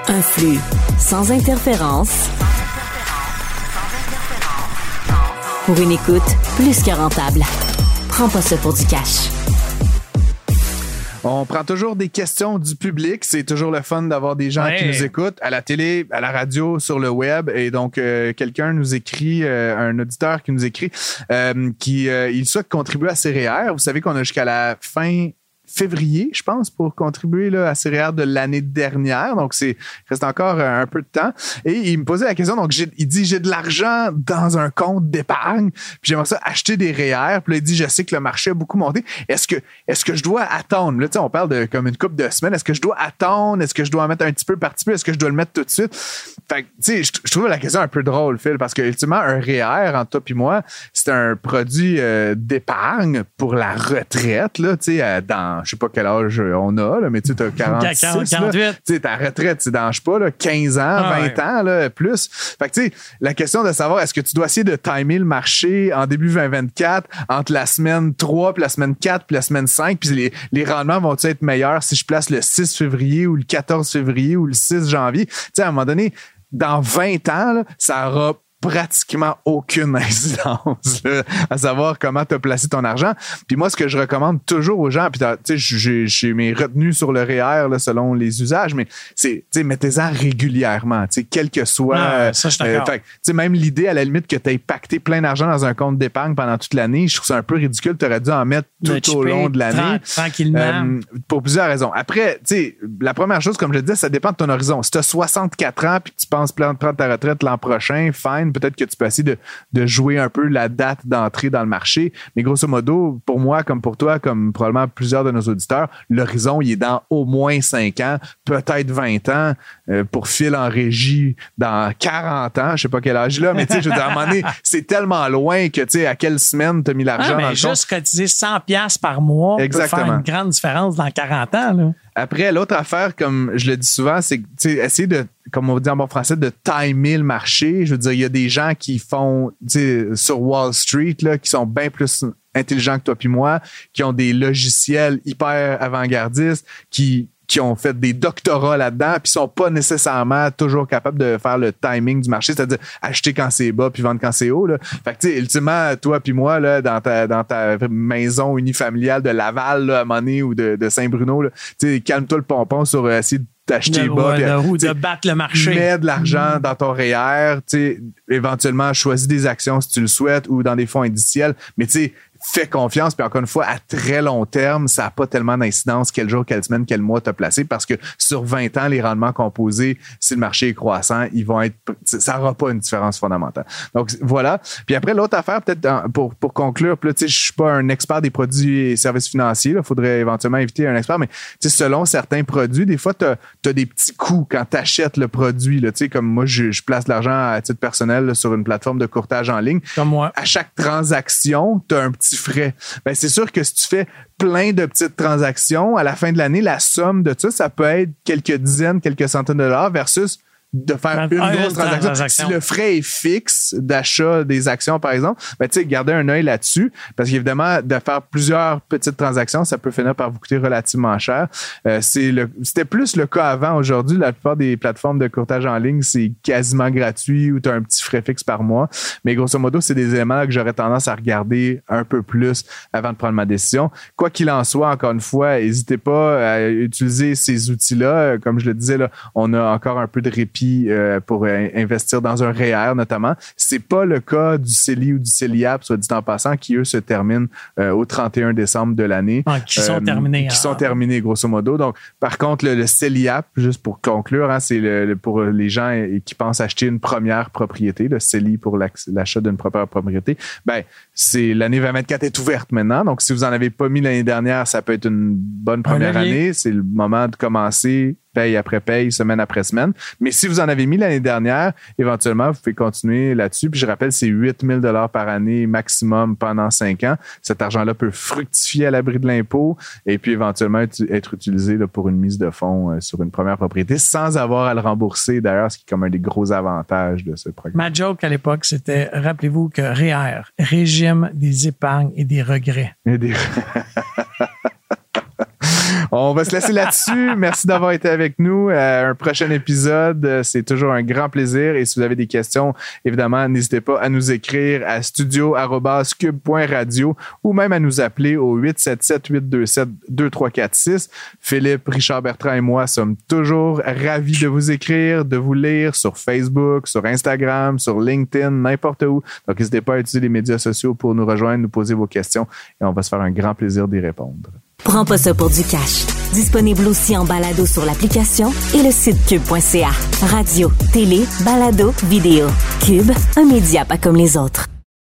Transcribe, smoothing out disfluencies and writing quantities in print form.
Un flux sans interférence. Pour une écoute plus que rentable. Prends pas ça pour du cash. On prend toujours des questions du public. C'est toujours le fun d'avoir des gens qui nous écoutent à la télé, à la radio, sur le web. Et donc, quelqu'un nous écrit, un auditeur qui nous écrit, il souhaite contribuer à CREER. Vous savez qu'on a jusqu'à la fin février, je pense, pour contribuer là, à CREER de l'année dernière. Donc, il reste encore un peu de temps. Et il me posait la question, donc il dit, j'ai de l'argent dans un compte d'épargne, puis j'aimerais ça acheter des REER. Puis là, il dit, je sais que le marché a beaucoup monté. Est-ce que je dois attendre? Là, tu sais, on parle de comme une couple de semaines. Est-ce que je dois attendre? Est-ce que je dois en mettre un petit peu par petit peu? Est-ce que je dois le mettre tout de suite? Fait que, tu sais, je trouve la question un peu drôle, Phil, parce que, ultimement, un REER, entre toi et moi, c'est un produit d'épargne pour la retraite, là, tu sais, dans je sais pas quel âge on a, là, mais tu sais, t'as 46, 48. Tu sais, ta retraite, c'est dans, je sais pas, là, 15 ans, 20 ans, là, plus. Fait que, tu sais, la question de savoir, est-ce que tu dois essayer de timer le marché en début 2024 entre la semaine 3 puis la semaine 4 puis la semaine 5, puis les rendements vont-ils être meilleurs si je place le 6 février ou le 14 février ou le 6 janvier? Tu sais, à un moment donné, dans 20 ans, là, ça aura pratiquement aucune incidence là, à savoir comment tu as placé ton argent. Puis moi, ce que je recommande toujours aux gens, puis tu sais, j'ai mes retenues sur le REER là, selon les usages, mais c'est, tu sais, mettez-en régulièrement, tu sais, quel que soit. Ça, je suis d'accord. Tu sais, même l'idée, à la limite, que tu aies pacté plein d'argent dans un compte d'épargne pendant toute l'année, je trouve ça un peu ridicule. Tu aurais dû en mettre tout au long de l'année. Tranquillement. Pour plusieurs raisons. Après, tu sais, la première chose, comme je le disais, ça dépend de ton horizon. Si tu as 64 ans puis que tu penses prendre ta retraite l'an prochain, fine. Peut-être que tu peux essayer de jouer un peu la date d'entrée dans le marché. Mais grosso modo, pour moi, comme pour toi, comme probablement plusieurs de nos auditeurs, l'horizon, il est dans au moins 5 ans, peut-être 20 ans. Pour Phil en régie, dans 40 ans, je sais pas quel âge là, mais tu sais, je veux dire, à un moment donné, c'est tellement loin que, tu sais, à quelle semaine tu as mis l'argent dans le compte. Juste cotiser 100$ par mois peut faire une grande différence dans 40 ans, là. Après, l'autre affaire, comme je le dis souvent, c'est essayer de, comme on dit en bon français, de timer le marché. Je veux dire, il y a des gens qui font, sur Wall Street, là, qui sont bien plus intelligents que toi puis moi, qui ont des logiciels hyper avant-gardistes, qui ont fait des doctorats là-dedans, puis sont pas nécessairement toujours capables de faire le timing du marché, c'est-à-dire acheter quand c'est bas puis vendre quand c'est haut, là. Fait que, tu sais, ultimement, toi puis moi, là, dans ta maison unifamiliale de Laval, là, à Monet ou de Saint-Bruno, là, tu sais, calme-toi le pompon sur essayer d'acheter bas. De battre le marché. Mets de l'argent dans ton REER, tu sais, éventuellement, choisis des actions si tu le souhaites ou dans des fonds indiciels, mais tu sais, fais confiance, puis encore une fois, à très long terme, ça n'a pas tellement d'incidence quel jour, quelle semaine, quel mois tu as placé, parce que sur 20 ans, les rendements composés, si le marché est croissant, ils vont être, ça n'aura pas une différence fondamentale. Donc, voilà. Puis après, l'autre affaire, peut-être pour conclure, puis là, tu sais, je suis pas un expert des produits et services financiers, il faudrait éventuellement inviter un expert, mais tu sais, selon certains produits, des fois, tu as des petits coûts quand tu achètes le produit, là, tu sais, comme moi, je place de l'argent à titre personnel là, sur une plateforme de courtage en ligne. Comme moi. À chaque transaction, tu as un petit frais. Ben, c'est sûr que si tu fais plein de petites transactions, à la fin de l'année, la somme de ça peut être quelques dizaines, quelques centaines de dollars versus de faire une grosse transaction. Si le frais est fixe d'achat des actions, par exemple, ben, tu sais, gardez un œil là-dessus, parce qu'évidemment, de faire plusieurs petites transactions, ça peut finir par vous coûter relativement cher. C'était plus le cas avant. Aujourd'hui, la plupart des plateformes de courtage en ligne, c'est quasiment gratuit ou tu as un petit frais fixe par mois. Mais grosso modo, c'est des éléments que j'aurais tendance à regarder un peu plus avant de prendre ma décision. Quoi qu'il en soit, encore une fois, n'hésitez pas à utiliser ces outils-là. Comme je le disais, là, on a encore un peu de répit pour investir dans un REER notamment. C'est pas le cas du CELI ou du CELIAP, soit dit en passant, qui eux se terminent au 31 décembre de l'année. Qui sont terminés. Qui sont terminés, grosso modo. Donc, par contre, le CELIAP, juste pour conclure, hein, c'est pour les gens qui pensent acheter une première propriété, le CELI pour l'achat d'une première propriété. Ben, c'est l'année 2024 est ouverte maintenant. Donc, si vous en avez pas mis l'année dernière, ça peut être une bonne première année. C'est le moment de commencer paye après paye, semaine après semaine. Mais si vous en avez mis l'année dernière, éventuellement, vous pouvez continuer là-dessus. Puis je rappelle, c'est 8 000 $ par année maximum pendant 5 ans. Cet argent-là peut fructifier à l'abri de l'impôt et puis éventuellement être utilisé là, pour une mise de fonds sur une première propriété sans avoir à le rembourser. D'ailleurs, ce qui est comme un des gros avantages de ce programme. Ma joke à l'époque, c'était, rappelez-vous que REER, régime des épargnes et des regrets. On va se laisser là-dessus. Merci d'avoir été avec nous. Un prochain épisode, c'est toujours un grand plaisir. Et si vous avez des questions, évidemment, n'hésitez pas à nous écrire à studio@cube.radio ou même à nous appeler au 877-827-2346. Philippe, Richard Bertrand et moi sommes toujours ravis de vous écrire, de vous lire sur Facebook, sur Instagram, sur LinkedIn, n'importe où. Donc, n'hésitez pas à utiliser les médias sociaux pour nous rejoindre, nous poser vos questions et on va se faire un grand plaisir d'y répondre. Prends pas ça pour du cash. Disponible aussi en balado sur l'application et le site cube.ca. Radio, télé, balado, vidéo. Cube, un média pas comme les autres.